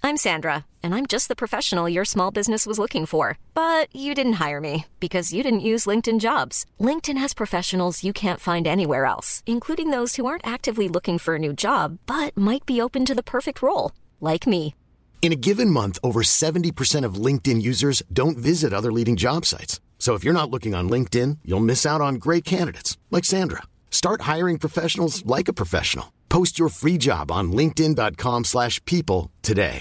I'm Sandra, and I'm just the professional your small business was looking for. But you didn't hire me because you didn't use LinkedIn Jobs. LinkedIn has professionals you can't find anywhere else, including those who aren't actively looking for a new job, but might be open to the perfect role, like me. In a given month, over 70% of LinkedIn users don't visit other leading job sites. So if you're not looking on LinkedIn, you'll miss out on great candidates like Sandra. Start hiring professionals like a professional. Post your free job on linkedin.com/people today.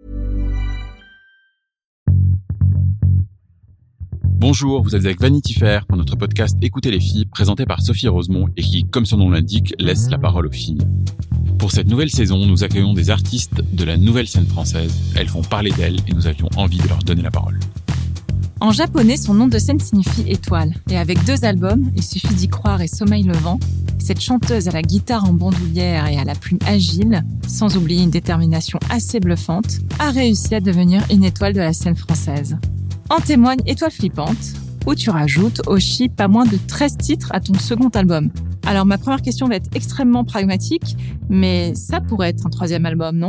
Bonjour, vous êtes avec Vanity Fair pour notre podcast Écoutez les filles, présenté par Sophie Rosemont et qui, comme son nom l'indique, laisse la parole aux filles. Pour cette nouvelle saison, nous accueillons des artistes de la nouvelle scène française. Elles font parler d'elles et nous avions envie de leur donner la parole. En japonais, son nom de scène signifie étoile. Et avec 2 albums, Il suffit d'y croire et Sommeil levant, cette chanteuse à la guitare en bandoulière et à la plume agile, sans oublier une détermination assez bluffante, a réussi à devenir une étoile de la scène française. En témoigne Étoile flippante, où tu rajoutes, Oshi, pas moins de 13 titres à ton second album. Alors ma première question va être extrêmement pragmatique, mais ça pourrait être un 3e album, non ?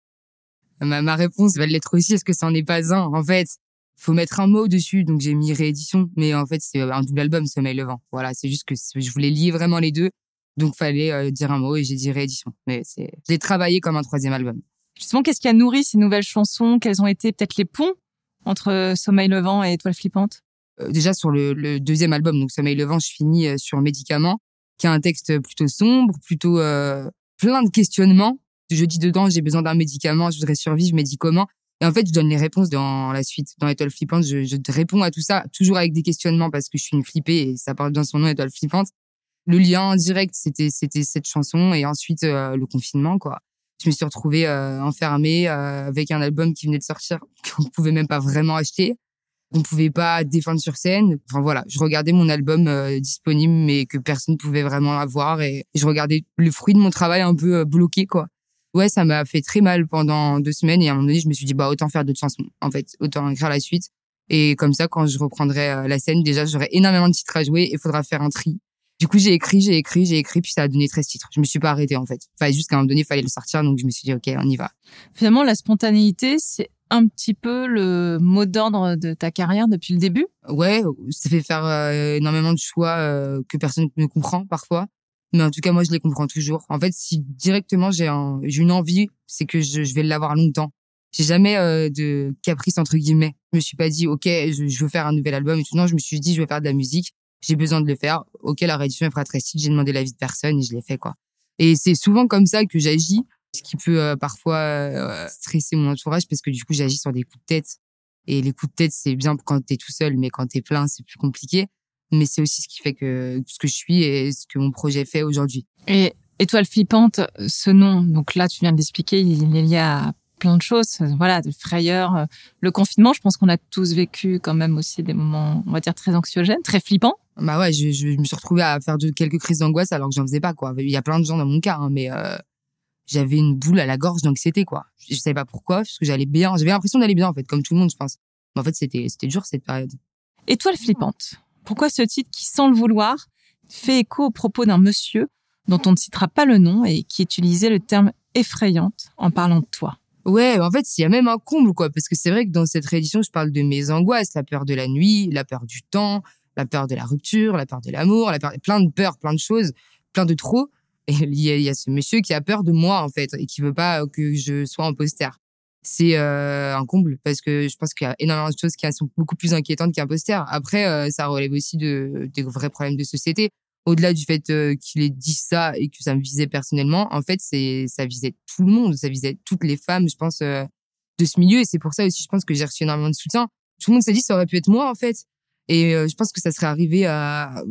Ma réponse va l'être aussi, est-ce que ça en est pas un ? En fait, faut mettre un mot dessus, donc j'ai mis réédition, mais en fait c'est un double album, Sommeil levant. Voilà, c'est juste que je voulais lier vraiment les deux, donc fallait dire un mot et j'ai dit réédition. Mais je l'ai travaillé comme un 3e album. Justement, qu'est-ce qui a nourri ces nouvelles chansons ? Quels ont été peut-être les ponts entre Sommeil levant et Étoile flippante ? Déjà sur le 2e album, donc Sommeil levant, je finis sur Médicament, qui a un texte plutôt sombre, plutôt plein de questionnements. Je dis dedans, j'ai besoin d'un médicament, je voudrais survivre, mais dis comment ? Et en fait, je donne les réponses dans la suite. Dans Étoile flippante, je réponds à tout ça, toujours avec des questionnements parce que je suis une flippée et ça parle dans son nom, Étoile flippante. Le lien direct, c'était cette chanson et ensuite le confinement, quoi. Je me suis retrouvée enfermée avec un album qui venait de sortir qu'on pouvait même pas vraiment acheter. On pouvait pas défendre sur scène. Enfin voilà, je regardais mon album disponible mais que personne pouvait vraiment avoir et je regardais le fruit de mon travail un peu bloqué, quoi. Ouais, ça m'a fait très mal pendant 2 semaines et à un moment donné, je me suis dit, autant faire d'autres chansons, en fait, autant écrire la suite. Et comme ça, quand je reprendrai la scène, déjà, j'aurai énormément de titres à jouer et il faudra faire un tri. Du coup, j'ai écrit, puis ça a donné 13 titres. Je me suis pas arrêtée, en fait. Enfin, juste qu'à un moment donné, il fallait le sortir, donc je me suis dit, OK, on y va. Finalement, la spontanéité, c'est un petit peu le mot d'ordre de ta carrière depuis le début ? Ouais, ça fait faire énormément de choix que personne ne comprend parfois. Mais en tout cas, moi, je les comprends toujours. En fait, si directement j'ai une envie, c'est que je vais l'avoir longtemps. J'ai jamais de caprice entre guillemets. Je me suis pas dit, OK, je veux faire un nouvel album et tout. Non, je me suis dit, je veux faire de la musique. J'ai besoin de le faire. OK, la réédition elle fera 13 titres. J'ai demandé l'avis de personne et je l'ai fait, quoi. Et c'est souvent comme ça que j'agis, ce qui peut parfois stresser mon entourage parce que du coup, j'agis sur des coups de tête. Et les coups de tête, c'est bien quand t'es tout seul, mais quand t'es plein, c'est plus compliqué. Mais c'est aussi ce qui fait que ce que je suis et ce que mon projet fait aujourd'hui. Et Étoile flippante, ce nom, donc là, tu viens de l'expliquer, il est lié à plein de choses. Voilà, de frayeur. Le confinement, je pense qu'on a tous vécu quand même aussi des moments, on va dire, très anxiogènes, très flippants. Bah ouais, je me suis retrouvée à faire quelques crises d'angoisse alors que j'en faisais pas, quoi. Il y a plein de gens dans mon cas, hein, mais j'avais une boule à la gorge d'anxiété, quoi. Je savais pas pourquoi, parce que j'allais bien. J'avais l'impression d'aller bien, en fait, comme tout le monde, je pense. Mais en fait, c'était dur, cette période. Étoile flippante. Pourquoi ce titre qui, sans le vouloir, fait écho aux propos d'un monsieur dont on ne citera pas le nom et qui utilisait le terme effrayante en parlant de toi? Ouais, en fait, il y a même un comble, quoi, parce que c'est vrai que dans cette réédition, je parle de mes angoisses, la peur de la nuit, la peur du temps, la peur de la rupture, la peur de l'amour, plein de peurs, plein de choses, plein de trop. Et il y a ce monsieur qui a peur de moi, en fait, et qui veut pas que je sois en poster. C'est un comble parce que je pense qu'il y a énormément de choses qui sont beaucoup plus inquiétantes qu'un poster. Après, ça relève aussi des vrais problèmes de société. Au-delà du fait qu'il ait dit ça et que ça me visait personnellement, en fait, ça visait tout le monde, ça visait toutes les femmes, je pense, de ce milieu. Et c'est pour ça aussi, je pense que j'ai reçu énormément de soutien. Tout le monde s'est dit, ça aurait pu être moi, en fait. Et je pense que ça serait arrivé à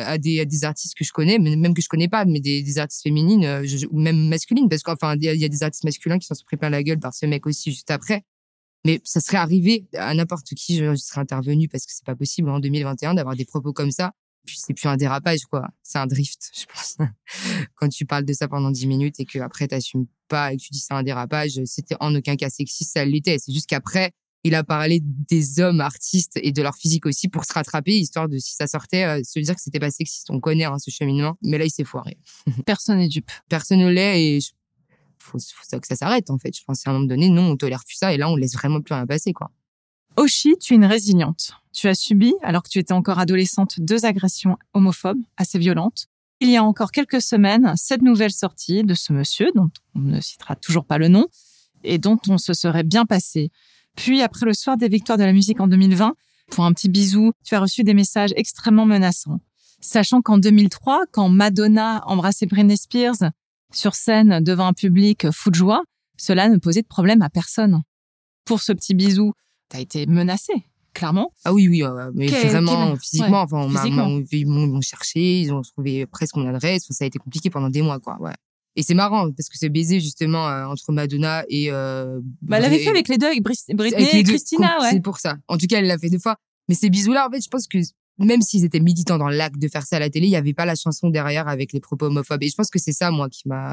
des artistes que je connais, même que je connais pas, mais des artistes féminines, ou même masculines, parce qu'enfin, il y a des artistes masculins qui s'en sont pris plein la gueule par ce mec aussi juste après. Mais ça serait arrivé à n'importe qui, je serais intervenue parce que c'est pas possible en 2021 d'avoir des propos comme ça. Puis c'est plus un dérapage, quoi. C'est un drift, je pense. Quand tu parles de ça pendant 10 minutes et que après t'assumes pas et que tu dis c'est un dérapage, c'était en aucun cas sexiste, ça l'était. C'est juste qu'après, il a parlé des hommes artistes et de leur physique aussi pour se rattraper, histoire de, si ça sortait, se dire que c'était pas sexiste. On connaît ce cheminement. Mais là, il s'est foiré. Personne n'est dupe. Personne ne l'est et faut que ça s'arrête, en fait. Je pense qu'à un moment donné, non, on tolère plus ça et là, on laisse vraiment plus rien passer, quoi. Oshi, tu es une résiliente. Tu as subi, alors que tu étais encore adolescente, 2 agressions homophobes assez violentes. Il y a encore quelques semaines, cette nouvelle sortie de ce monsieur, dont on ne citera toujours pas le nom, et dont on se serait bien passé. Puis, après le soir des victoires de la musique en 2020, pour un petit bisou, tu as reçu des messages extrêmement menaçants. Sachant qu'en 2003, quand Madonna embrassait Britney Spears sur scène devant un public fou de joie, cela ne posait de problème à personne. Pour ce petit bisou, t'as été menacée, clairement. Ah oui, mais vraiment, physiquement, ouais, enfin, ils m'ont cherché, ils ont trouvé presque mon adresse, ça a été compliqué pendant des mois, quoi, ouais. Et c'est marrant, parce que ce baiser, justement, entre Madonna et... elle l'avait fait avec les deux, avec Britney et Christina, ouais. C'est pour ça. En tout cas, elle l'a fait 2 fois. Mais ces bisous-là, en fait, je pense que même s'ils étaient militants dans l'acte de faire ça à la télé, il y avait pas la chanson derrière avec les propos homophobes. Et je pense que c'est ça, moi,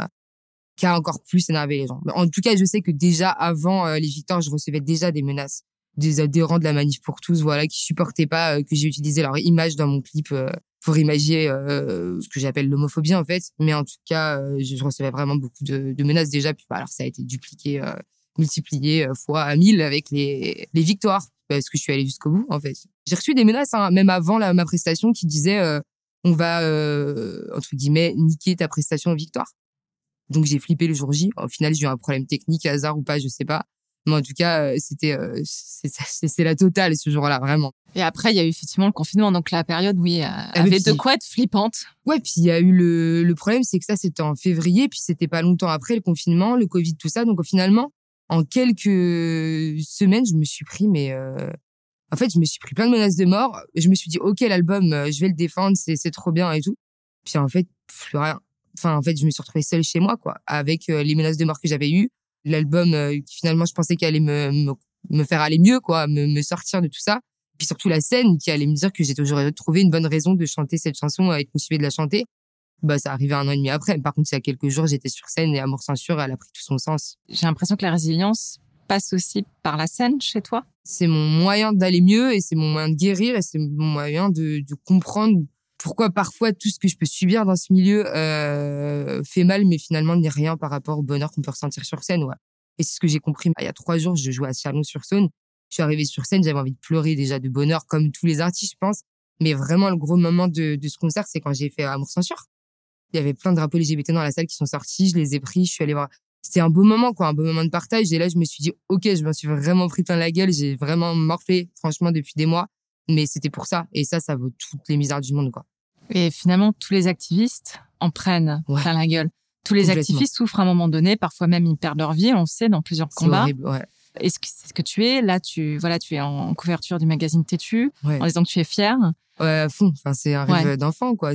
qui a encore plus énervé les gens. En tout cas, je sais que déjà, avant les victoires, je recevais déjà des menaces des adhérents de la Manif pour tous, voilà, qui supportaient pas que j'ai utilisé leur image dans mon clip pour imager ce que j'appelle l'homophobie, en fait. Mais en tout cas, je recevais vraiment beaucoup de menaces déjà. Puis, alors, ça a été dupliqué, multiplié fois 1000 avec les victoires, parce que je suis allée jusqu'au bout, en fait. J'ai reçu des menaces, hein, même avant ma prestation, qui disaient on va, entre guillemets, niquer ta prestation aux victoires. Donc, j'ai flippé le jour J. Au final, j'ai eu un problème technique, hasard ou pas, je sais pas. Mais en tout cas, c'est la totale ce jour-là, vraiment. Et après, il y a eu effectivement le confinement. Donc, la période, oui, avait de quoi être flippante. Ouais, puis il y a eu le problème, c'est que ça, c'était en février, puis c'était pas longtemps après le confinement, le Covid, tout ça. Donc, finalement, en quelques semaines, je me suis pris, en fait, je me suis pris plein de menaces de mort. Je me suis dit, OK, l'album, je vais le défendre, c'est trop bien et tout. Puis en fait, plus rien. Enfin, en fait, je me suis retrouvée seule chez moi, quoi, avec les menaces de mort que j'avais eues. L'album, finalement, je pensais qu'il allait me faire aller mieux, quoi, me sortir de tout ça. Puis surtout la scène qui allait me dire que j'ai toujours trouvé une bonne raison de chanter cette chanson, être motivée de la chanter. Bah, ça arrivait 1 an et demi après. Par contre, il y a quelques jours, j'étais sur scène et Amour Censure, elle a pris tout son sens. J'ai l'impression que la résilience passe aussi par la scène chez toi. C'est mon moyen d'aller mieux et c'est mon moyen de guérir et c'est mon moyen de comprendre pourquoi parfois tout ce que je peux subir dans ce milieu fait mal, mais finalement n'est rien par rapport au bonheur qu'on peut ressentir sur scène. Ouais. Et c'est ce que j'ai compris. Il y a 3 jours, je jouais à Chalon-sur-Saône. Je suis arrivée sur scène, j'avais envie de pleurer déjà de bonheur, comme tous les artistes, je pense. Mais vraiment, le gros moment de ce concert, c'est quand j'ai fait Amour Censure. Il y avait plein de drapeaux LGBT dans la salle qui sont sortis, je les ai pris, je suis allée voir. C'était un beau moment, quoi, un beau moment de partage. Et là, je me suis dit, OK, je m'en suis vraiment pris plein la gueule, j'ai vraiment morflé, franchement, depuis des mois. Mais c'était pour ça. Et ça vaut toutes les misères du monde, quoi. Et finalement, tous les activistes en prennent plein la gueule. Tous les activistes souffrent à un moment donné, parfois même ils perdent leur vie, on le sait, dans plusieurs combats. C'est horrible, ouais. Et c'est ce que tu es. Là, tu es en couverture du magazine Têtu, en disant que tu es fière. Ouais, à fond. Enfin, c'est un rêve d'enfant, quoi.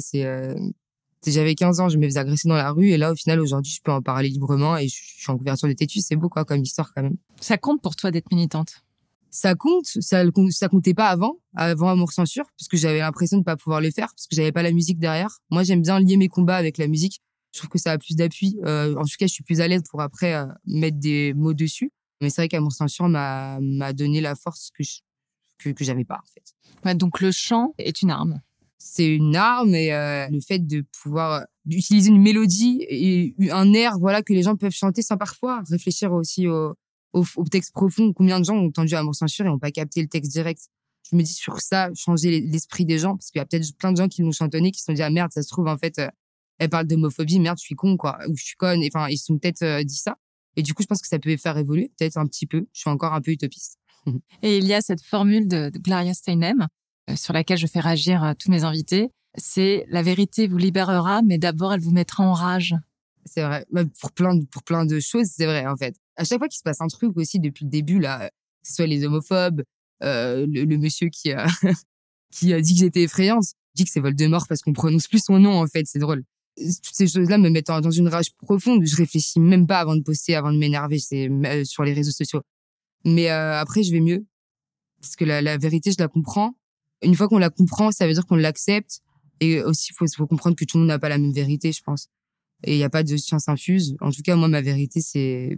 J'avais 15 ans, je me faisais agresser dans la rue, et là, au final, aujourd'hui, je peux en parler librement, et je suis en couverture de Têtu. C'est beau, quoi, comme histoire, quand même. Ça compte pour toi d'être militante? Ça compte. Ça comptait pas avant Amour Censure, parce que j'avais l'impression de pas pouvoir le faire, parce que j'avais pas la musique derrière. Moi, j'aime bien lier mes combats avec la musique. Je trouve que ça a plus d'appui. En tout cas, je suis plus à l'aise pour après mettre des mots dessus. Mais c'est vrai qu'Amour Censure m'a donné la force que j'avais pas, en fait. Ouais, donc le chant est une arme. C'est une arme, et le fait de pouvoir utiliser une mélodie et un air, voilà, que les gens peuvent chanter sans parfois réfléchir aussi au texte profond. Combien de gens ont entendu Amour Censure et n'ont pas capté le texte direct? Je me dis sur ça, changer l'esprit des gens, parce qu'il y a peut-être plein de gens qui l'ont chantonné, qui se sont dit, ah merde, ça se trouve, en fait, elle parle d'homophobie, merde, je suis con, quoi, ou je suis conne. Enfin, ils se sont peut-être dit ça. Et du coup, je pense que ça peut faire évoluer, peut-être un petit peu. Je suis encore un peu utopiste. Et il y a cette formule de Gloria Steinem, sur laquelle je fais réagir tous mes invités. C'est: la vérité vous libérera, mais d'abord elle vous mettra en rage. C'est vrai. Pour plein de choses, c'est vrai, en fait. À chaque fois qu'il se passe un truc aussi depuis le début, là, que ce soit les homophobes, le monsieur qui a dit que j'étais effrayante, dit que c'est Voldemort parce qu'on prononce plus son nom, en fait. C'est drôle. Toutes ces choses-là me mettent dans une rage profonde. Je réfléchis même pas avant de poster, avant de m'énerver, c'est sur les réseaux sociaux. Mais après, je vais mieux. Parce que la vérité, je la comprends. Une fois qu'on la comprend, ça veut dire qu'on l'accepte. Et aussi, faut comprendre que tout le monde n'a pas la même vérité, je pense. Et il n'y a pas de science infuse. En tout cas, moi, ma vérité, c'est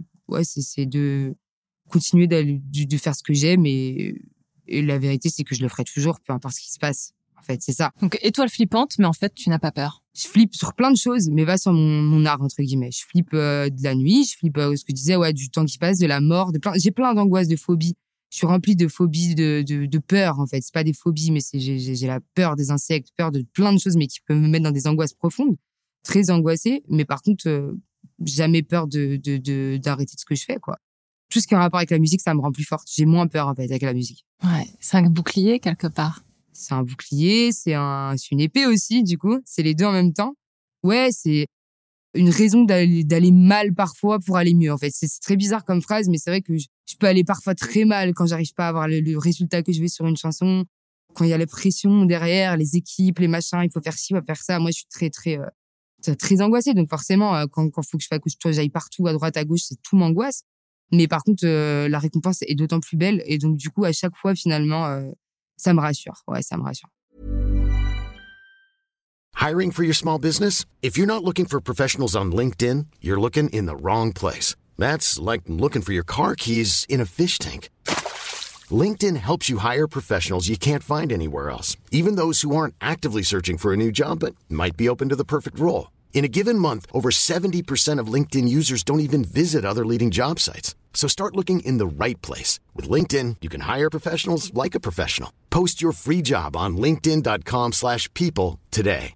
de continuer de faire ce que j'aime. Et la vérité, c'est que je le ferai toujours, peu importe ce qui se passe. En fait, c'est ça. Donc, étoile flippante, mais en fait, tu n'as pas peur. Je flippe sur plein de choses, mais va sur mon art, entre guillemets. Je flippe de la nuit, je flippe ce que je disais, du temps qui passe, de la mort, j'ai plein d'angoisses, de phobies. Je suis remplie de phobies, de peur, en fait. C'est pas des phobies, mais j'ai la peur des insectes, peur de plein de choses, mais qui peuvent me mettre dans des angoisses profondes. Très angoissée, mais par contre, jamais peur d'arrêter de ce que je fais, quoi. Tout ce qui a un rapport avec la musique, ça me rend plus forte. J'ai moins peur, en fait, avec la musique. Ouais, c'est un bouclier, quelque part. C'est un bouclier, c'est une épée aussi, du coup. C'est les deux en même temps. Ouais, c'est une raison d'aller mal parfois pour aller mieux, en fait. C'est très bizarre comme phrase, mais c'est vrai que je peux aller parfois très mal quand j'arrive pas à avoir le résultat que je veux sur une chanson. Quand il y a la pression derrière, les équipes, les machins, il faut faire ci, il faut faire ça. Moi, je suis très angoissée. Donc forcément, quand faut que j'aille partout, à droite, à gauche, tout m'angoisse. Mais par contre, la récompense est d'autant plus belle. Et donc, du coup, à chaque fois, finalement, ça me rassure. Ouais, ça me rassure. Hiring for your small business? If you're not looking for professionals on LinkedIn, you're looking in the wrong place. That's like looking for your car keys in a fish tank. LinkedIn helps you hire professionals you can't find anywhere else, even those who aren't actively searching for a new job but might be open to the perfect role. In a given month, over 70% of LinkedIn users don't even visit other leading job sites. So start looking in the right place. With LinkedIn, you can hire professionals like a professional. Post your free job on linkedin.com/people today.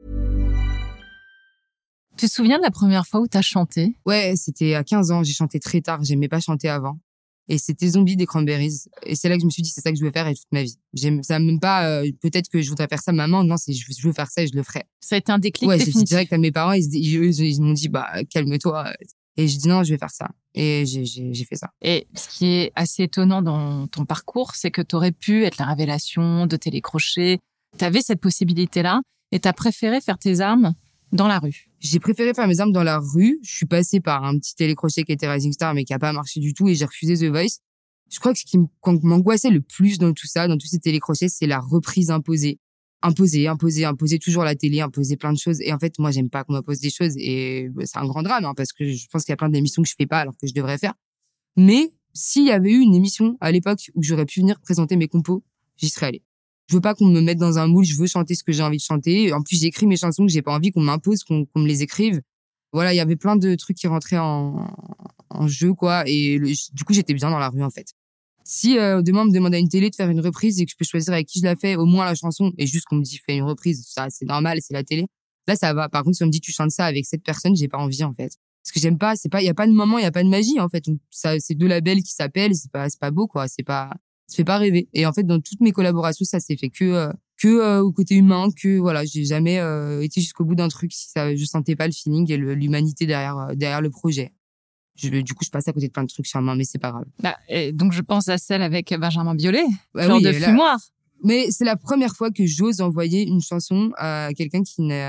Tu te souviens de la première fois où t'as chanté? Ouais, c'était à 15 ans. J'ai chanté très tard. J'aimais pas chanter avant. Et c'était Zombie des Cranberries. Et c'est là que je me suis dit, c'est ça que je veux faire et toute ma vie. Ça même pas, peut-être que je voudrais faire ça, maman. Non, je veux faire ça et je le ferai. Ça a été un déclic définitif. Ouais, j'ai définitif. dit direct à mes parents, ils m'ont dit, calme-toi. Et j'ai dit non, je vais faire ça. Et j'ai fait ça. Et ce qui est assez étonnant dans ton parcours, c'est que t'aurais pu être la révélation de Télécrochet. T'avais cette possibilité-là et t'as préféré faire tes armes dans la rue. J'ai préféré faire mes armes dans la rue. Je suis passée par un petit Télécrochet qui était Rising Star, mais qui a pas marché du tout, et j'ai refusé The Voice. Je crois que ce qui m'angoissait le plus dans tout ça, dans tous ces télécrochets, c'est la reprise imposée. Imposer toujours la télé, imposer plein de choses. Et en fait, moi, j'aime pas qu'on m'impose des choses. Et c'est un grand drame, parce que je pense qu'il y a plein d'émissions que je fais pas alors que je devrais faire. Mais s'il y avait eu une émission à l'époque où j'aurais pu venir présenter mes compos, j'y serais allée. Je veux pas qu'on me mette dans un moule, je veux chanter ce que j'ai envie de chanter. En plus, j'écris mes chansons que j'ai pas envie qu'on m'impose, qu'on me les écrive. Voilà, il y avait plein de trucs qui rentraient en jeu, quoi. Et du coup, j'étais bien dans la rue, en fait. Si demain on me demande à une télé de faire une reprise et que je peux choisir avec qui je la fais, au moins la chanson, et juste qu'on me dit fais une reprise, ça c'est normal, c'est la télé. Là, ça va. Par contre, si on me dit tu chantes ça avec cette personne, j'ai pas envie, en fait. Parce que j'aime pas, il y a pas de moment, il y a pas de magie, en fait. C'est deux labels qui s'appellent, c'est pas beau, quoi. Ça fait pas rêver. Et en fait, dans toutes mes collaborations, ça s'est fait que au côté humain, que voilà, j'ai jamais été jusqu'au bout d'un truc si je sentais pas le feeling et l'humanité derrière le projet. Du coup, je passe à côté de plein de trucs sûrement, mais c'est pas grave. Et donc, je pense à celle avec Benjamin Biolay, Fleur de Fumoir. Mais c'est la première fois que j'ose envoyer une chanson à quelqu'un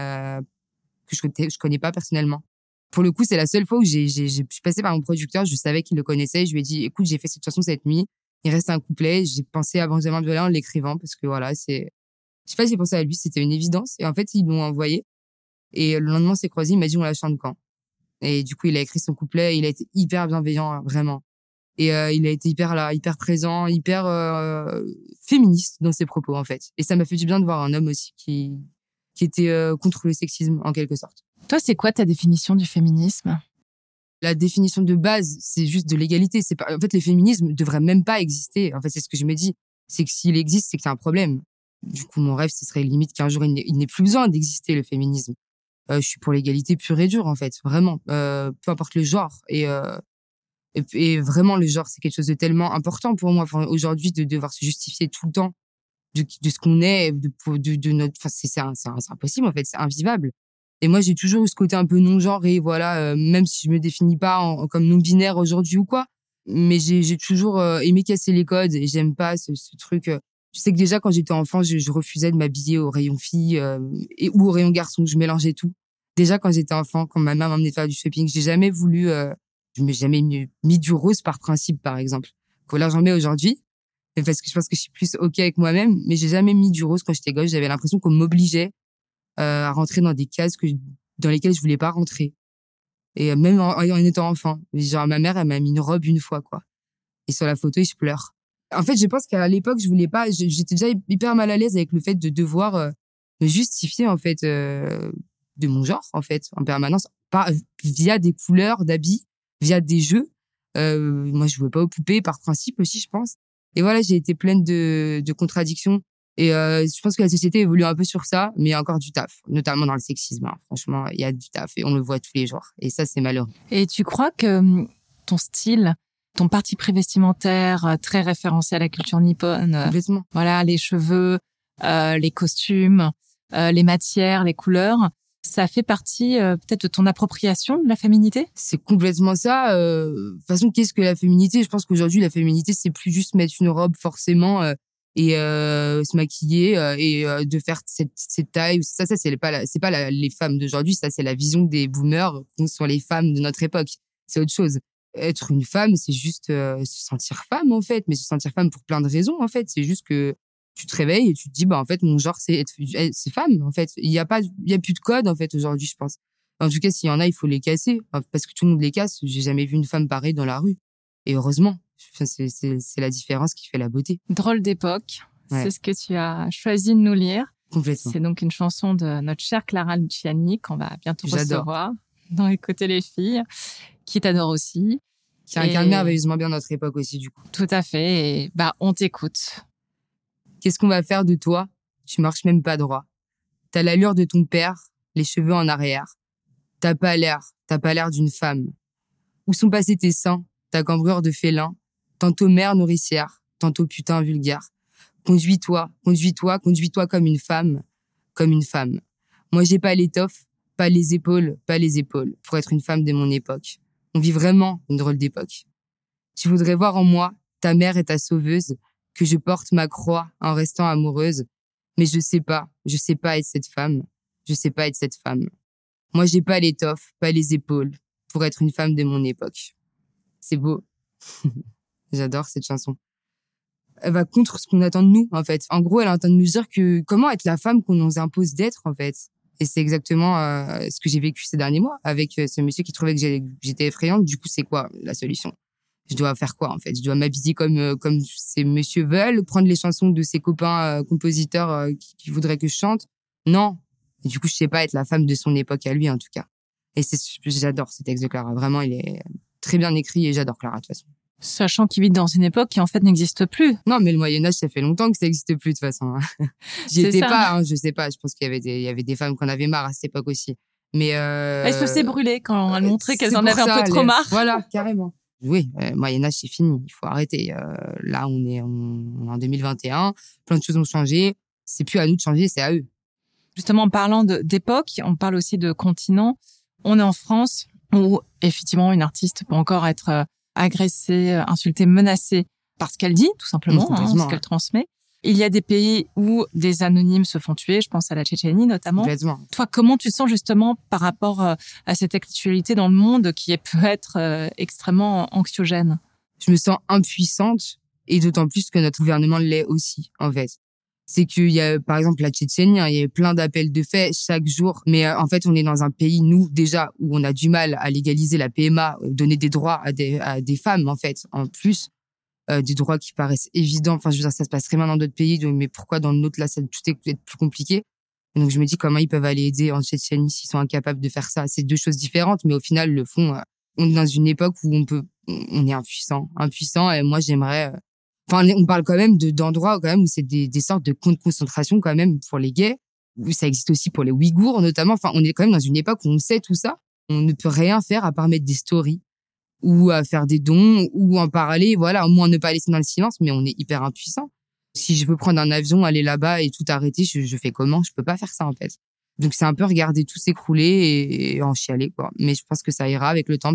que je connais pas personnellement. Pour le coup, c'est la seule fois où je suis passée par mon producteur, je savais qu'il le connaissait, je lui ai dit, écoute, j'ai fait cette chanson cette nuit, il reste un couplet, j'ai pensé à Benjamin Biolay en l'écrivant, parce que voilà, je sais pas, j'ai pensé à lui, c'était une évidence, et en fait, ils l'ont envoyé, et le lendemain, on s'est croisés, il m'a dit, on la chante quand? Et du coup, il a écrit son couplet, il a été hyper bienveillant, vraiment. Et il a été hyper présent, hyper féministe dans ses propos, en fait. Et ça m'a fait du bien de voir un homme aussi qui était contre le sexisme, en quelque sorte. Toi, c'est quoi ta définition du féminisme? La définition de base, c'est juste de l'égalité. En fait, le féminisme ne devrait même pas exister. En fait, c'est ce que je me dis. C'est que s'il existe, c'est qu'il y a un problème. Du coup, mon rêve, ce serait limite qu'un jour, il n'ait plus besoin d'exister, le féminisme. Je suis pour l'égalité pure et dure, en fait, vraiment. Peu importe le genre. Et vraiment, le genre, c'est quelque chose de tellement important pour moi. Enfin, aujourd'hui, de devoir se justifier tout le temps de ce qu'on est, de notre. Enfin, c'est impossible, en fait. C'est invivable. Et moi, j'ai toujours eu ce côté un peu non-genre, et voilà, même si je me définis pas comme non-binaire aujourd'hui ou quoi, mais j'ai toujours aimé casser les codes, et j'aime pas ce truc. Je sais que déjà, quand j'étais enfant, je refusais de m'habiller au rayon filles ou au rayon garçons. Je mélangeais tout. Déjà, quand j'étais enfant, quand ma mère m'emmenait faire du shopping, j'ai jamais voulu. Je m'ai jamais mis du rose par principe, par exemple. Là, j'en mets aujourd'hui, parce que je pense que je suis plus OK avec moi-même, mais j'ai jamais mis du rose quand j'étais gosse. J'avais l'impression qu'on m'obligeait à rentrer dans des cases dans lesquelles je voulais pas rentrer. Et même en étant enfant. Genre, ma mère, elle m'a mis une robe une fois, quoi. Et sur la photo, je pleure. En fait, je pense qu'à l'époque, je voulais pas. J'étais déjà hyper mal à l'aise avec le fait de devoir me justifier en fait de mon genre en fait en permanence, pas via des couleurs d'habits, via des jeux. Moi, je jouais pas aux poupées par principe aussi, je pense. Et voilà, j'ai été pleine de contradictions. Et je pense que la société évolue un peu sur ça, mais il y a encore du taf, notamment dans le sexisme. Hein. Franchement, il y a du taf et on le voit tous les jours. Et ça, c'est malheureux. Et tu crois que ton style, ton parti pris vestimentaire, très référencé à la culture nippone, Complètement. voilà, les cheveux, les costumes, les matières, les couleurs, ça fait partie peut-être de ton appropriation de la féminité? C'est complètement ça. De toute façon, qu'est-ce que la féminité? Je pense qu'aujourd'hui, la féminité, c'est plus juste mettre une robe forcément et se maquiller et de faire cette taille. Ça c'est pas les femmes d'aujourd'hui. Ça, c'est la vision des boomers sur les femmes de notre époque. C'est autre chose. Être une femme, c'est juste se sentir femme en fait, mais se sentir femme pour plein de raisons en fait. C'est juste que tu te réveilles et tu te dis en fait mon genre c'est femme en fait. Il y a plus de code en fait aujourd'hui, je pense. En tout cas, s'il y en a, il faut les casser parce que tout le monde les casse. J'ai jamais vu une femme pareille dans la rue et heureusement. Enfin, c'est la différence qui fait la beauté. Drôle d'époque, ouais. C'est ce que tu as choisi de nous lire. Complètement. C'est donc une chanson de notre chère Clara Luciani qu'on va bientôt recevoir dans Écoutez les filles, qui t'adore aussi. Qui incarne merveilleusement bien notre époque aussi, du coup. Tout à fait. Et on t'écoute. Qu'est-ce qu'on va faire de toi? Tu marches même pas droit. T'as l'allure de ton père, les cheveux en arrière. T'as pas l'air d'une femme. Où sont passés tes seins, ta cambrure de félin? Tantôt mère nourricière, tantôt putain vulgaire. Conduis-toi comme une femme. Comme une femme. Moi, j'ai pas l'étoffe, pas les épaules, pour être une femme de mon époque. On vit vraiment une drôle d'époque. Tu voudrais voir en moi, ta mère et ta sauveuse, que je porte ma croix en restant amoureuse. Mais je sais pas être cette femme. Moi, j'ai pas l'étoffe, pas les épaules, pour être une femme de mon époque. C'est beau. J'adore cette chanson. Elle va contre ce qu'on attend de nous, en fait. En gros, elle est en train de nous dire que comment être la femme qu'on nous impose d'être, en fait. Et c'est exactement ce que j'ai vécu ces derniers mois avec ce monsieur qui trouvait que j'étais effrayante. Du coup, c'est quoi la solution? Je dois faire quoi, en fait? Je dois m'habiller comme ces messieurs veulent, prendre les chansons de ses copains compositeurs qui voudraient que je chante? Non. Et du coup, je sais pas être la femme de son époque à lui, en tout cas. Et j'adore ce texte de Clara. Vraiment, il est très bien écrit et j'adore Clara, de toute façon. Sachant qu'il vit dans une époque qui, en fait, n'existe plus. Non, mais le Moyen-Âge, ça fait longtemps que ça n'existe plus, de toute façon. J'y étais pas, je sais pas. Je pense qu'il y avait des femmes qu'on avait marre à cette époque aussi. Mais elles se faisaient brûler quand elles montraient qu'elles en avaient un peu trop marre. Voilà, carrément. Oui, Moyen-Âge, c'est fini. Il faut arrêter. Là, on est en 2021. Plein de choses ont changé. C'est plus à nous de changer, c'est à eux. Justement, en parlant d'époque, on parle aussi de continent. On est en France où, effectivement, une artiste peut encore être agressée, insultée, menacée par ce qu'elle dit, tout simplement, ce qu'elle transmet. Il y a des pays où des anonymes se font tuer, je pense à la Tchétchénie notamment. Complètement. Toi, comment tu te sens justement par rapport à cette actualité dans le monde qui peut être extrêmement anxiogène? Je me sens impuissante et d'autant plus que notre gouvernement l'est aussi, en fait. C'est qu'il y a, par exemple, la Tchétchénie, il y a plein d'appels de faits chaque jour. Mais en fait, on est dans un pays, nous, déjà, où on a du mal à légaliser la PMA, donner des droits à des femmes, en fait, en plus. Des droits qui paraissent évidents. Enfin, je veux dire, ça se passe très bien dans d'autres pays, mais pourquoi dans le nôtre, là, tout est peut-être plus compliqué? Et donc, je me dis comment ils peuvent aller aider en Tchétchénie s'ils sont incapables de faire ça. C'est deux choses différentes, mais au final, le fond, on est dans une époque où on est impuissant, et moi, j'aimerais, on parle quand même d'endroits quand même où c'est des sortes de camps de concentration quand même pour les gays, où ça existe aussi pour les Ouïghours, notamment. Enfin, on est quand même dans une époque où on sait tout ça. On ne peut rien faire à part mettre des stories ou à faire des dons, ou en parler, voilà, au moins ne pas laisser dans le silence, mais on est hyper impuissant. Si je veux prendre un avion, aller là-bas et tout arrêter, je fais comment? Je peux pas faire ça, en fait. Donc c'est un peu regarder tout s'écrouler et en chialer, quoi. Mais je pense que ça ira avec le temps,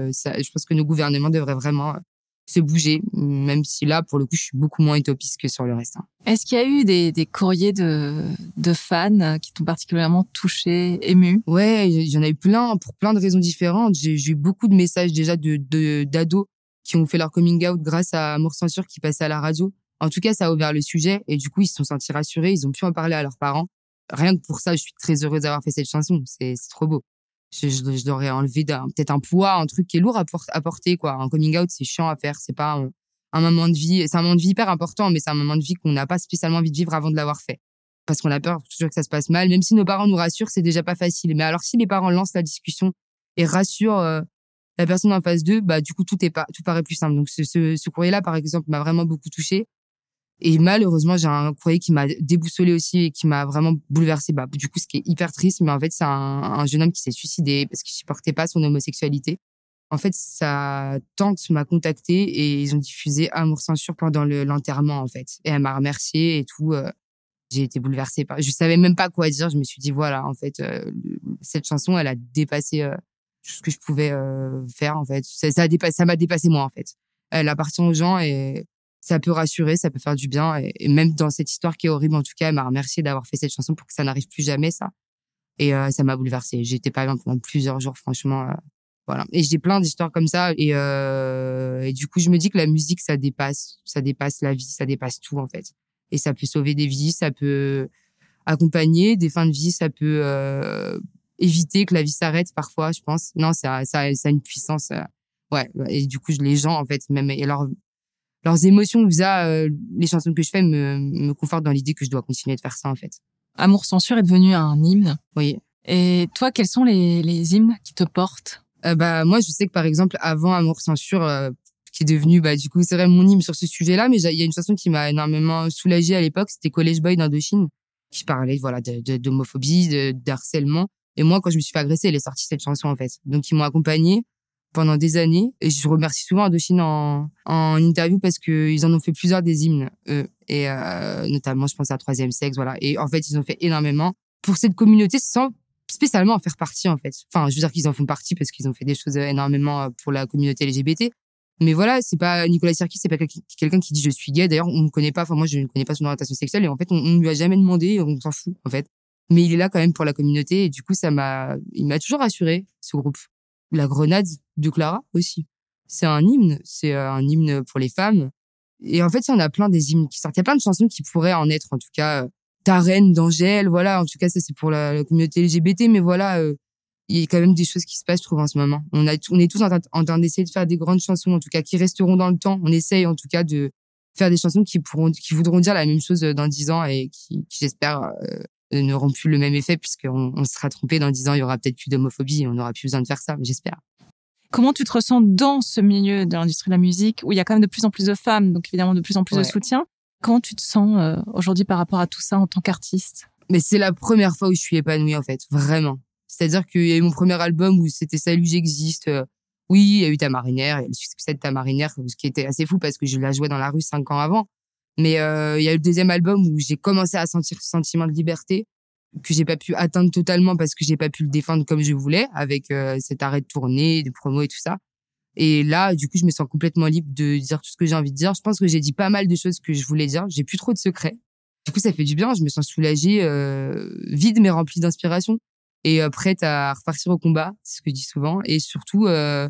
je pense que nos gouvernements devraient vraiment se bouger, même si là, pour le coup, je suis beaucoup moins utopiste que sur le reste. Est-ce qu'il y a eu des courriers de fans qui t'ont particulièrement touché, ému? Ouais, il y en a eu plein, pour plein de raisons différentes. J'ai eu beaucoup de messages déjà d'ados qui ont fait leur coming out grâce à Amour Censure qui passait à la radio. En tout cas, ça a ouvert le sujet et du coup, ils se sont sentis rassurés, ils ont pu en parler à leurs parents. Rien que pour ça, je suis très heureuse d'avoir fait cette chanson. C'est trop beau. Je devrais enlever peut-être un poids, un truc qui est lourd à porter, quoi. Un coming out, c'est chiant à faire. C'est pas un moment de vie. C'est un moment de vie hyper important, mais c'est un moment de vie qu'on n'a pas spécialement envie de vivre avant de l'avoir fait. Parce qu'on a peur toujours que ça se passe mal. Même si nos parents nous rassurent, c'est déjà pas facile. Mais alors, si les parents lancent la discussion et rassurent la personne en face d'eux, du coup, tout paraît plus simple. Donc, ce courrier-là, par exemple, m'a vraiment beaucoup touchée. Et malheureusement, j'ai un courrier qui m'a déboussolée aussi et qui m'a vraiment bouleversée. Du coup, ce qui est hyper triste, mais en fait, c'est un jeune homme qui s'est suicidé parce qu'il supportait pas son homosexualité. En fait, sa tante m'a contactée et ils ont diffusé Amour censure pendant l'enterrement, en fait. Et elle m'a remerciée et tout. J'ai été bouleversée je savais même pas quoi dire. Je me suis dit, voilà, en fait, cette chanson, elle a dépassé tout ce que je pouvais faire, en fait. Ça m'a dépassé moi, en fait. Elle appartient aux gens et ça peut rassurer, ça peut faire du bien. Et même dans cette histoire qui est horrible, en tout cas, elle m'a remercié d'avoir fait cette chanson pour que ça n'arrive plus jamais, ça. Et ça m'a bouleversée. J'étais pas bien pendant plusieurs jours, franchement. Voilà. Et j'ai plein d'histoires comme ça. Et du coup, je me dis que la musique, ça dépasse la vie, ça dépasse tout, en fait. Et ça peut sauver des vies, ça peut accompagner des fins de vie, ça peut éviter que la vie s'arrête parfois, je pense. Non, ça a une puissance. Ouais. Et du coup, les gens, en fait, même et leurs émotions via les chansons que je fais me confortent dans l'idée que je dois continuer de faire ça, en fait. Amour censure est devenu un hymne. Oui. Et toi, quels sont les hymnes qui te portent? Moi, je sais que, par exemple, avant Amour censure, qui est devenu, du coup, c'est vrai, mon hymne sur ce sujet-là, mais il y a une chanson qui m'a énormément soulagée à l'époque, c'était College Boy d'Indochine, qui parlait, voilà, d'homophobie, d'harcèlement. Et moi, quand je me suis fait agresser, elle est sortie cette chanson, en fait. Donc, ils m'ont accompagnée pendant des années. Et je remercie souvent Indochine en interview parce qu'ils en ont fait plusieurs des hymnes, eux. Et notamment, je pense à Troisième Sexe, voilà. Et en fait, ils ont fait énormément pour cette communauté sans spécialement en faire partie, en fait. Enfin, je veux dire qu'ils en font partie parce qu'ils ont fait des choses énormément pour la communauté LGBT. Mais voilà, c'est pas Nicolas Sirkis, c'est pas quelqu'un qui dit je suis gay. D'ailleurs, on ne connaît pas, moi je ne connais pas son orientation sexuelle et en fait, on lui a jamais demandé, on s'en fout, en fait. Mais il est là quand même pour la communauté et du coup, il m'a toujours rassuré, ce groupe. La Grenade de Clara aussi. C'est un hymne pour les femmes. Et en fait, il y en a plein des hymnes qui sortent. Il y a plein de chansons qui pourraient en être, en tout cas, Ta Reine d'Angèle, voilà. En tout cas, ça c'est pour la communauté LGBT, mais voilà, il y a quand même des choses qui se passent, je trouve, en ce moment. On est tous en train d'essayer de faire des grandes chansons, en tout cas, qui resteront dans le temps. On essaye, en tout cas, de faire des chansons qui voudront dire la même chose dans 10 ans et qui j'espère, n'auront plus le même effet puisqu'on se sera trompé dans 10 ans, il y aura peut-être plus d'homophobie et on n'aura plus besoin de faire ça, mais j'espère. Comment tu te ressens dans ce milieu de l'industrie de la musique où il y a quand même de plus en plus de femmes, donc évidemment de plus en plus de soutien? Comment tu te sens aujourd'hui par rapport à tout ça en tant qu'artiste? Mais c'est la première fois où je suis épanouie, en fait, vraiment. C'est-à-dire qu'il y a eu mon premier album où c'était Salut, j'existe. Oui, il y a eu Ta Marinière, il y a le succès de Ta Marinière, ce qui était assez fou parce que je la jouais dans la rue 5 ans avant. Mais il y a eu le deuxième album où j'ai commencé à sentir ce sentiment de liberté que j'ai pas pu atteindre totalement parce que j'ai pas pu le défendre comme je voulais avec cet arrêt de tournée, de promo et tout ça. Et là, du coup, je me sens complètement libre de dire tout ce que j'ai envie de dire. Je pense que j'ai dit pas mal de choses que je voulais dire. J'ai plus trop de secrets. Du coup, ça fait du bien. Je me sens soulagée, vide mais remplie d'inspiration et prête à repartir au combat. C'est ce que je dis souvent. Et surtout, là,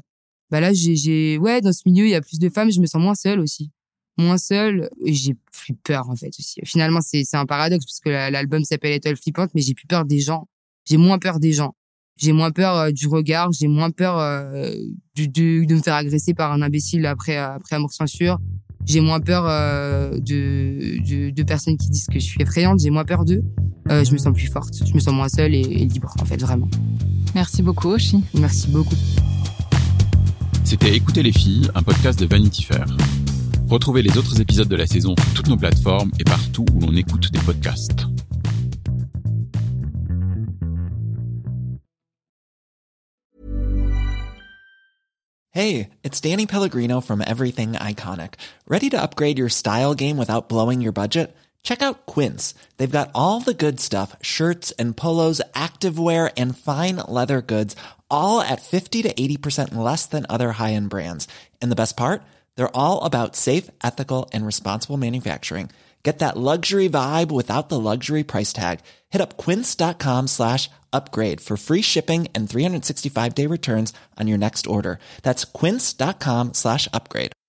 dans ce milieu, il y a plus de femmes. Je me sens moins seule aussi. Moins seule et j'ai plus peur en fait aussi. Finalement, c'est un paradoxe parce que l'album s'appelle Étoile flippante, mais j'ai plus peur des gens. J'ai moins peur des gens. J'ai moins peur du regard. J'ai moins peur de me faire agresser par un imbécile après Amour censure. J'ai moins peur de personnes qui disent que je suis effrayante. J'ai moins peur d'eux. Je me sens plus forte. Je me sens moins seule et libre en fait, vraiment. Merci beaucoup, Oshi. Merci beaucoup. C'était Écoutez les filles, un podcast de Vanity Fair. Retrouvez les autres épisodes de la saison sur toutes nos plateformes et partout où l'on écoute des podcasts. Hey, it's Danny Pellegrino from Everything Iconic. Ready to upgrade your style game without blowing your budget? Check out Quince. They've got all the good stuff, shirts and polos, activewear, and fine leather goods, all at 50 to 80% less than other high-end brands. And the best part? They're all about safe, ethical, and responsible manufacturing. Get that luxury vibe without the luxury price tag. Hit up quince.com/upgrade for free shipping and 365-day returns on your next order. That's quince.com/upgrade.